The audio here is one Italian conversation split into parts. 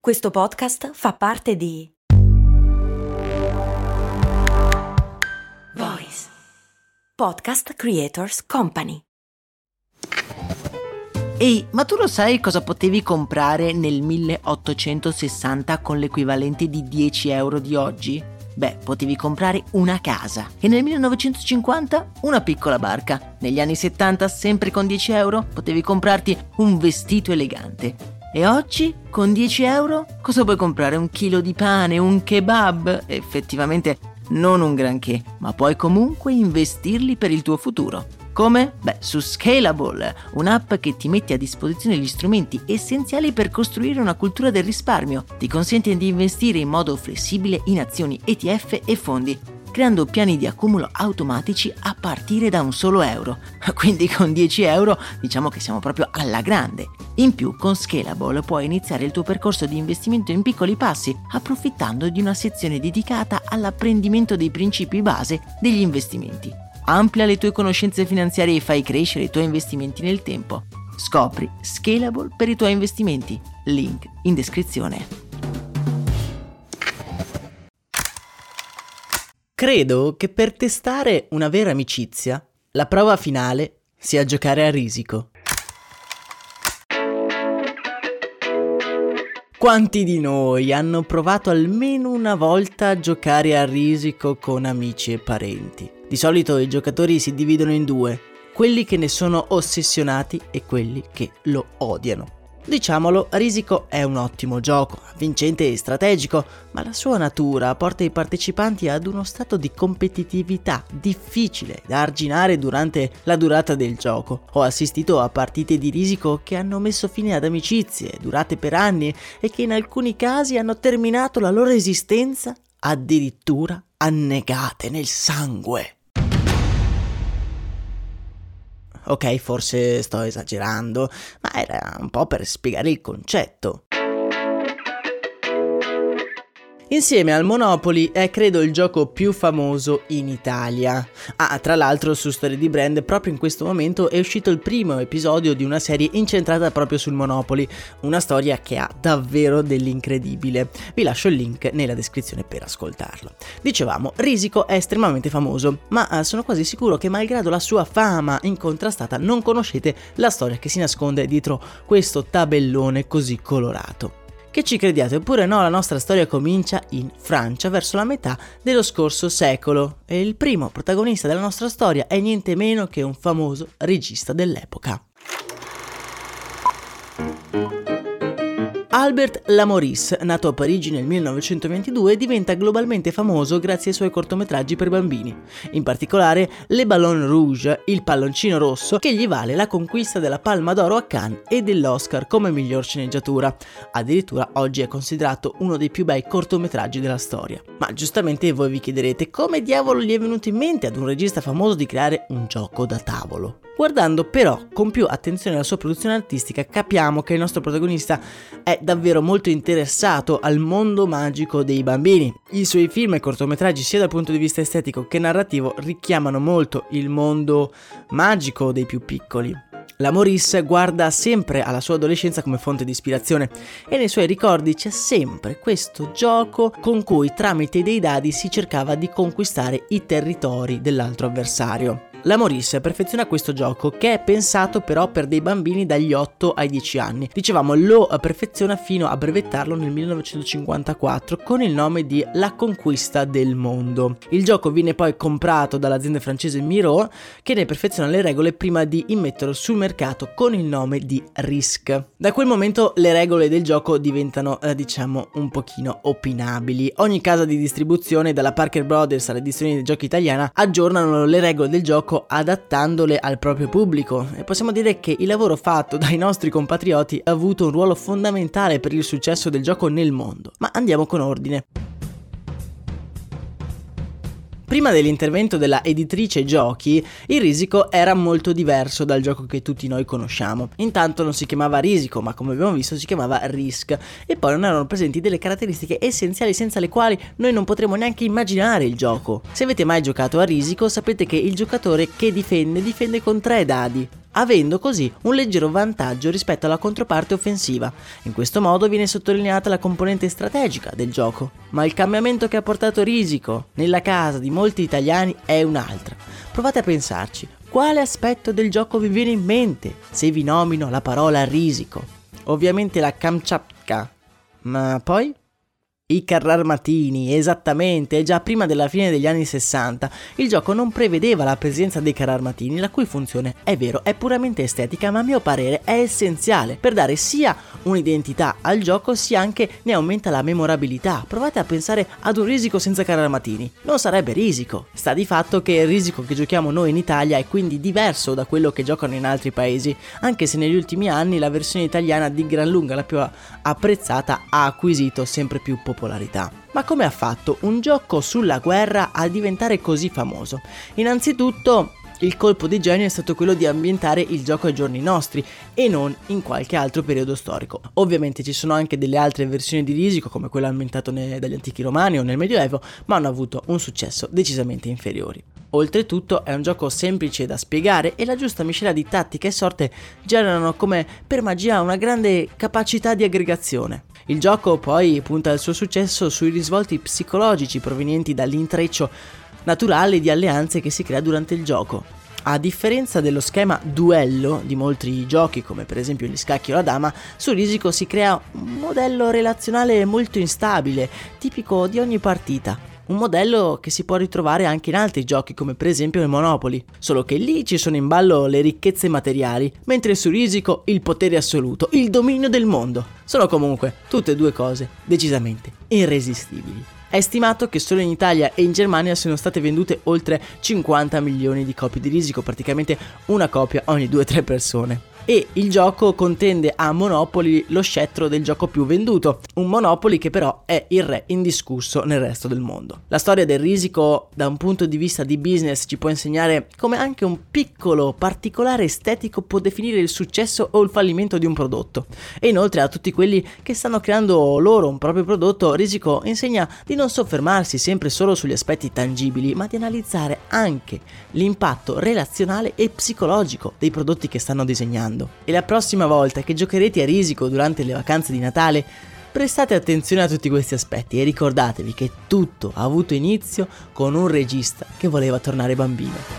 Questo podcast fa parte di Voice Podcast Creators Company. Ehi, ma tu lo sai cosa potevi comprare nel 1860 con l'equivalente di 10 euro di oggi? Beh, potevi comprare una casa. E nel 1950 una piccola barca. Negli anni 70, sempre con 10 euro, potevi comprarti un vestito elegante. E oggi, con 10 euro, cosa puoi comprare? Un chilo di pane, un kebab? Effettivamente non un granché, ma puoi comunque investirli per il tuo futuro. Come? Beh, su Scalable, un'app che ti mette a disposizione gli strumenti essenziali per costruire una cultura del risparmio. Ti consente di investire in modo flessibile in azioni, ETF e fondi, creando piani di accumulo automatici a partire da un solo euro. Quindi con 10 euro diciamo che siamo proprio alla grande. In più, con Scalable puoi iniziare il tuo percorso di investimento in piccoli passi, approfittando di una sezione dedicata all'apprendimento dei principi base degli investimenti. Amplia le tue conoscenze finanziarie e fai crescere i tuoi investimenti nel tempo. Scopri Scalable per i tuoi investimenti. Link in descrizione. Credo che per testare una vera amicizia, la prova finale sia giocare a risico. Quanti di noi hanno provato almeno una volta a giocare a risico con amici e parenti? Di solito i giocatori si dividono in due, quelli che ne sono ossessionati e quelli che lo odiano. Diciamolo, Risico è un ottimo gioco, vincente e strategico, ma la sua natura porta i partecipanti ad uno stato di competitività difficile da arginare durante la durata del gioco. Ho assistito a partite di Risico che hanno messo fine ad amicizie durate per anni e che in alcuni casi hanno terminato la loro esistenza addirittura annegate nel sangue. Ok, forse sto esagerando, ma era un po' per spiegare il concetto. Insieme al Monopoly è credo il gioco più famoso in Italia. Tra l'altro su Storie di Brand proprio in questo momento è uscito il primo episodio di una serie incentrata proprio sul Monopoly, una storia che ha davvero dell'incredibile. Vi lascio il link nella descrizione per ascoltarlo. Dicevamo, Risico è estremamente famoso, ma sono quasi sicuro che malgrado la sua fama incontrastata non conoscete la storia che si nasconde dietro questo tabellone così colorato. Che ci crediate oppure no, la nostra storia comincia in Francia verso la metà dello scorso secolo e il primo protagonista della nostra storia è niente meno che un famoso regista dell'epoca. Albert Lamorisse, nato a Parigi nel 1922, diventa globalmente famoso grazie ai suoi cortometraggi per bambini, in particolare Le Ballon Rouge, il palloncino rosso, che gli vale la conquista della Palma d'Oro a Cannes e dell'Oscar come miglior sceneggiatura. Addirittura oggi è considerato uno dei più bei cortometraggi della storia. Ma giustamente voi vi chiederete come diavolo gli è venuto in mente ad un regista famoso di creare un gioco da tavolo. Guardando però con più attenzione alla sua produzione artistica capiamo che il nostro protagonista è davvero molto interessato al mondo magico dei bambini. I suoi film e cortometraggi sia dal punto di vista estetico che narrativo richiamano molto il mondo magico dei più piccoli. Lamorisse guarda sempre alla sua adolescenza come fonte di ispirazione e nei suoi ricordi c'è sempre questo gioco con cui tramite dei dadi si cercava di conquistare i territori dell'altro avversario. Lamorisse perfeziona questo gioco che è pensato però per dei bambini dagli 8 ai 10 anni. Dicevamo, lo perfeziona fino a brevettarlo nel 1954 con il nome di La Conquista del Mondo. Il gioco viene poi comprato dall'azienda francese Miro, che ne perfeziona le regole prima di immetterlo sul mercato con il nome di Risk. Da quel momento le regole del gioco diventano un pochino opinabili. Ogni casa di distribuzione, dalla Parker Brothers alla edizione dei giochi italiana, aggiornano le regole del gioco adattandole al proprio pubblico e possiamo dire che il lavoro fatto dai nostri compatrioti ha avuto un ruolo fondamentale per il successo del gioco nel mondo. Ma andiamo con ordine. Prima dell'intervento della editrice giochi, il Risico era molto diverso dal gioco che tutti noi conosciamo. Intanto non si chiamava Risico, ma come abbiamo visto si chiamava Risk, e poi non erano presenti delle caratteristiche essenziali senza le quali noi non potremo neanche immaginare il gioco. Se avete mai giocato a Risico sapete che il giocatore che difende con 3 dadi. avendo così un leggero vantaggio rispetto alla controparte offensiva. In questo modo viene sottolineata la componente strategica del gioco. Ma il cambiamento che ha portato Risico nella casa di molti italiani è un'altra. Provate a pensarci, quale aspetto del gioco vi viene in mente se vi nomino la parola Risico? Ovviamente la Kamchatka, ma poi? I carri armatini, esattamente, già prima della fine degli anni 60 il gioco non prevedeva la presenza dei carri armatini, la cui funzione, è vero, è puramente estetica, ma a mio parere è essenziale per dare sia un'identità al gioco sia anche ne aumenta la memorabilità. Provate a pensare ad un Risico senza carri armatini, non sarebbe Risico. Sta di fatto che il Risico che giochiamo noi in Italia è quindi diverso da quello che giocano in altri paesi, anche se negli ultimi anni la versione italiana, di gran lunga la più apprezzata, ha acquisito sempre più popolarità. Ma come ha fatto un gioco sulla guerra a diventare così famoso? Innanzitutto, il colpo di genio è stato quello di ambientare il gioco ai giorni nostri e non in qualche altro periodo storico. Ovviamente ci sono anche delle altre versioni di Risico, come quella ambientata dagli antichi romani o nel Medioevo, ma hanno avuto un successo decisamente inferiori. Oltretutto è un gioco semplice da spiegare e la giusta miscela di tattica e sorte generano come per magia una grande capacità di aggregazione. Il gioco poi punta il suo successo sui risvolti psicologici provenienti dall'intreccio naturale di alleanze che si crea durante il gioco. A differenza dello schema duello di molti giochi, come per esempio gli scacchi o la dama, su Risico si crea un modello relazionale molto instabile, tipico di ogni partita. Un modello che si può ritrovare anche in altri giochi, come per esempio il Monopoly, solo che lì ci sono in ballo le ricchezze materiali, mentre su Risico il potere assoluto, il dominio del mondo. Sono comunque tutte e due cose decisamente irresistibili. È stimato che solo in Italia e in Germania siano state vendute oltre 50 milioni di copie di Risico, praticamente una copia ogni 2-3 persone. E il gioco contende a Monopoly lo scettro del gioco più venduto, un Monopoly che però è il re indiscusso nel resto del mondo. La storia del Risico da un punto di vista di business ci può insegnare come anche un piccolo particolare estetico può definire il successo o il fallimento di un prodotto. E inoltre a tutti quelli che stanno creando loro un proprio prodotto, Risico insegna di non soffermarsi sempre solo sugli aspetti tangibili, ma di analizzare anche l'impatto relazionale e psicologico dei prodotti che stanno disegnando. E la prossima volta che giocherete a Risico durante le vacanze di Natale, prestate attenzione a tutti questi aspetti e ricordatevi che tutto ha avuto inizio con un regista che voleva tornare bambino.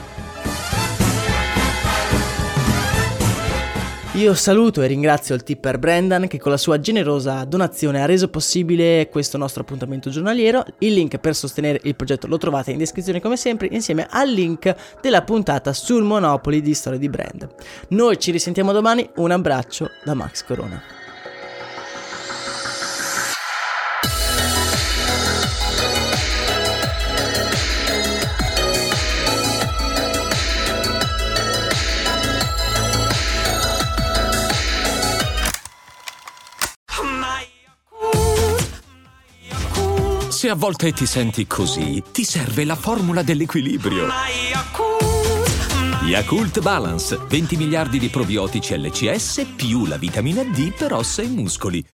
Io saluto e ringrazio il tipper Brendan che con la sua generosa donazione ha reso possibile questo nostro appuntamento giornaliero. Il link per sostenere il progetto lo trovate in descrizione come sempre, insieme al link della puntata sul Monopoly di Storia di Brand. Noi ci risentiamo domani, un abbraccio da Max Corona. Se a volte ti senti così, ti serve la formula dell'equilibrio. Yakult Balance, 20 miliardi di probiotici LCS più la vitamina D per ossa e muscoli.